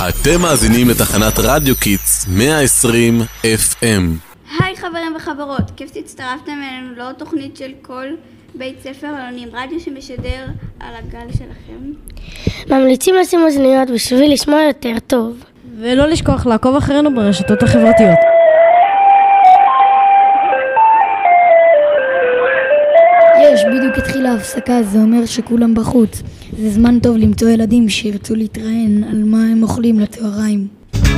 אתם מאזינים לתחנת רדיו קיטס 120 FM. היי חברים וחברות, כיף שהצטרפתם אלינו לעוד תוכנית של כל בית ספר אלונים, רדיו שמשדר על הגל שלכם. ממליצים לשים אוזניות בשביל לשמוע יותר טוב. ולא לשכוח לעקוב אחרינו ברשתות החברתיות. יש, בדיוק התחילה ההפסקה, זה אומר שכולם בחוץ. זה זמן טוב למצוא ילדים שירצו להתראיין על מה הם אוכלים לצהריים.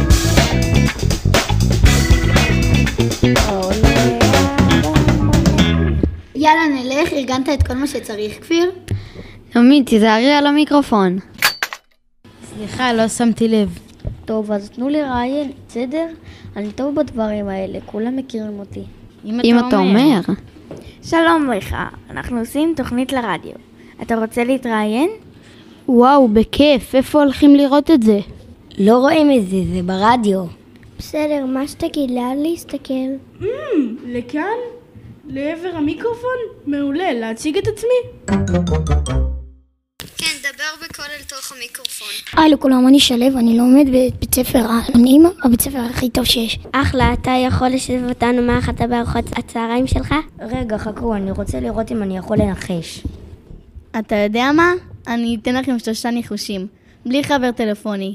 יאללה נלך, ארגנת את כל מה שצריך כפיר? תמיד, תזהרי על המיקרופון. סליחה, לא שמתי לב. טוב, אז תנו לי רעיין, בסדר? אני טוב בדברים האלה, כולם מכירים אותי. אם אתה אומר. שלום לך, אנחנו עושים תוכנית לרדיו. אתה רוצה להתראיין? וואו, בכיף, איפה הולכים לראות את זה? לא רואים את זה, זה ברדיו. בסדר, מה שתגיד, לאן להסתכל? לכאן? לעבר המיקרופון? מעולה, להציג את עצמי? כן, דבר בקול אל תוך המיקרופון. היי לכולם, אני שלב, אני לומד בבית ספר אלונים, הבית ספר הכי טוב שיש. אחלה, אתה יכול לשתף אותנו מה אכלת בארוחות הצהריים שלך? רגע, חכו, אני רוצה לראות אם אני יכול לנחש. אתה יודע מה? אני אתן לכם 3 ניחושים, בלי חבר טלפוני.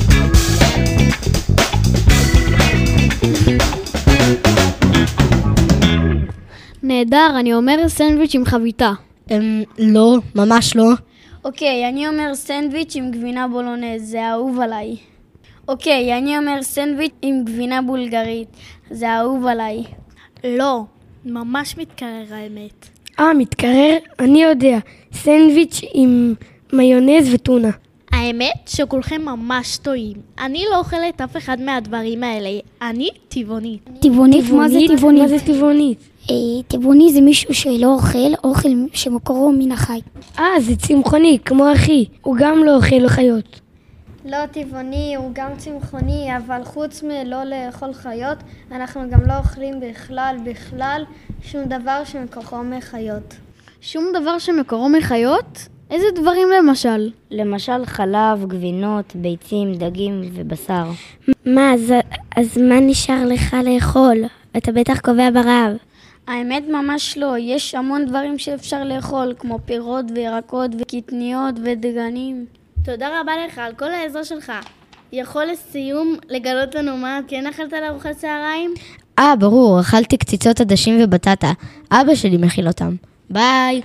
נהדר, אני אומר סנדוויץ' עם חביתה. לא, ממש לא. אוקיי, אני אומר סנדוויץ' עם גבינה בולונז, זה אהוב עליי. אוקיי, אני אומר סנדוויץ' עם גבינה בולגרית, זה אהוב עליי. לא, ממש מתקרר האמת. מתקרר? אני יודע. סנדוויץ' עם מיונז וטונה. האמת שכולכם ממש טועים. אני לא אוכלת אף אחד מהדברים האלה. אני טבעונית. טבעונית? מה זה טבעונית? מה זה טבעונית? טבעוני זה מישהו שלא אוכל שמקורו מן החי. זה צמחוני, כמו אחי. הוא גם לא אוכל חיות. לא טבעוני, הוא גם צמחוני, אבל חוץ מלא לאכול חיות, אנחנו גם לא אוכלים בכלל שום דבר שמקורו מחיות. שום דבר שמקורו מחיות? איזה דברים למשל? למשל חלב, גבינות, ביצים, דגים ובשר. אז מה נשאר לך לאכול? אתה בטח קובע ברעב. האמת ממש לא, יש המון דברים שאפשר לאכול, כמו פירות וירקות וקטניות ודגנים. תודה רבה לך על כל העזרה שלך. יכול לסיום לגלות לנו מה כן אכלת לארוחת צהריים? ברור, אכלתי קציצות עדשים ובטטה. אבא שלי מכיל אותם. ביי.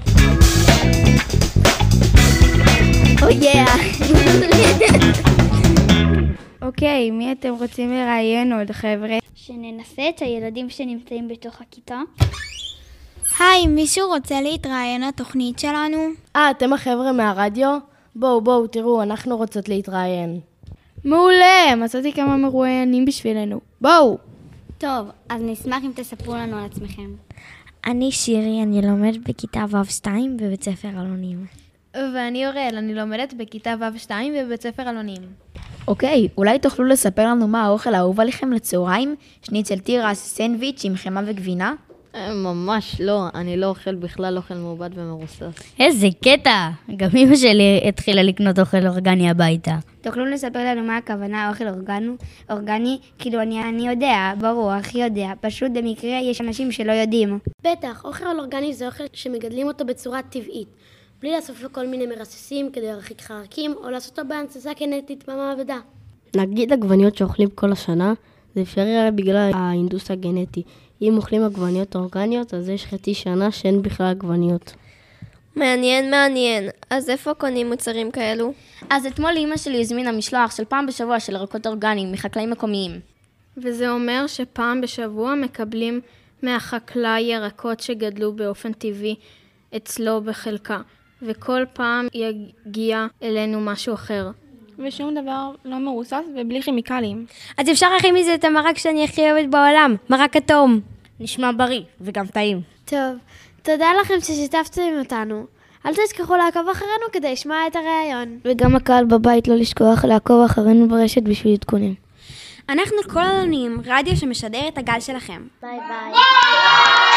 אוקיי, מי אתם רוצים לראיין עוד חבר'ה? שננסה את הילדים שנמצאים בתוך הכיתה. היי, מישהו רוצה להתראיין לתוכנית שלנו? אתם החבר'ה מהרדיו? בואו, תראו, אנחנו רוצות להתראיין. מעולה, מצאתי כמה מרואיינים בשבילנו. בואו. טוב, אז נשמח אם תספרו לנו על עצמכם. אני שירי, אני לומד בכיתה ו'2 בבית ספר אלונים. ואני אוראל, אני לומדת בכיתה ו'2 בבית ספר אלונים. אוקיי, אולי תוכלו לספר לנו מה האוכל האהוב עליכם לצהריים? שניצל תירס, סנדוויץ' עם חמה וגבינה? ממש לא, אני לא אוכל בכלל אוכל מעובד ומרוסס. איזה קטע! גם אמא שלי התחילה לקנות אוכל אורגני הביתה. תוכלו לספר לנו מה הכוונה אוכל אורגני? כאילו אני יודע, ברור, הכי יודע. פשוט במקרה יש אנשים שלא יודעים. בטח, אוכל אורגני זה אוכל שמגדלים אותו בצורה טבעית. בלי לאסוף לו כל מיני מרססים כדי להרחיק חרקים, או לעשות אותו בהנדסה גנטית במעבדה. נגיד עגבניות שאוכלים כל השנה, זה אפשרי בגלל ההינדוס הגנטי. אם אוכלים עגבניות אורגניות, אז יש חצי שנה שאין בכלל עגבניות. מעניין. אז איפה קונים מוצרים כאלו? אז אתמול אמא שלי הזמינה משלוח של פעם בשבוע של ירקות אורגניים מחקלאים מקומיים. וזה אומר שפעם בשבוע מקבלים מהחקלאי ירקות שגדלו באופן טבעי אצלו בחלקה. וכל פעם יגיע אלינו משהו אחר. ושום דבר לא מרוסס ובלי כימיקלים. אז אפשר להכין מזה את המרק שאני הכי אוהבת בעולם, מרק אטום. נשמע בריא וגם טעים. טוב, תודה לכם ששיתפתם אותנו. אל תשכחו לעקוב אחרינו כדי לשמוע את הראיון. וגם הקהל בבית לא לשכוח לעקוב אחרינו ברשת בשביל עדכונים. אנחנו כל אלונים, רדיו שמשדר את הגל שלכם. ביי ביי.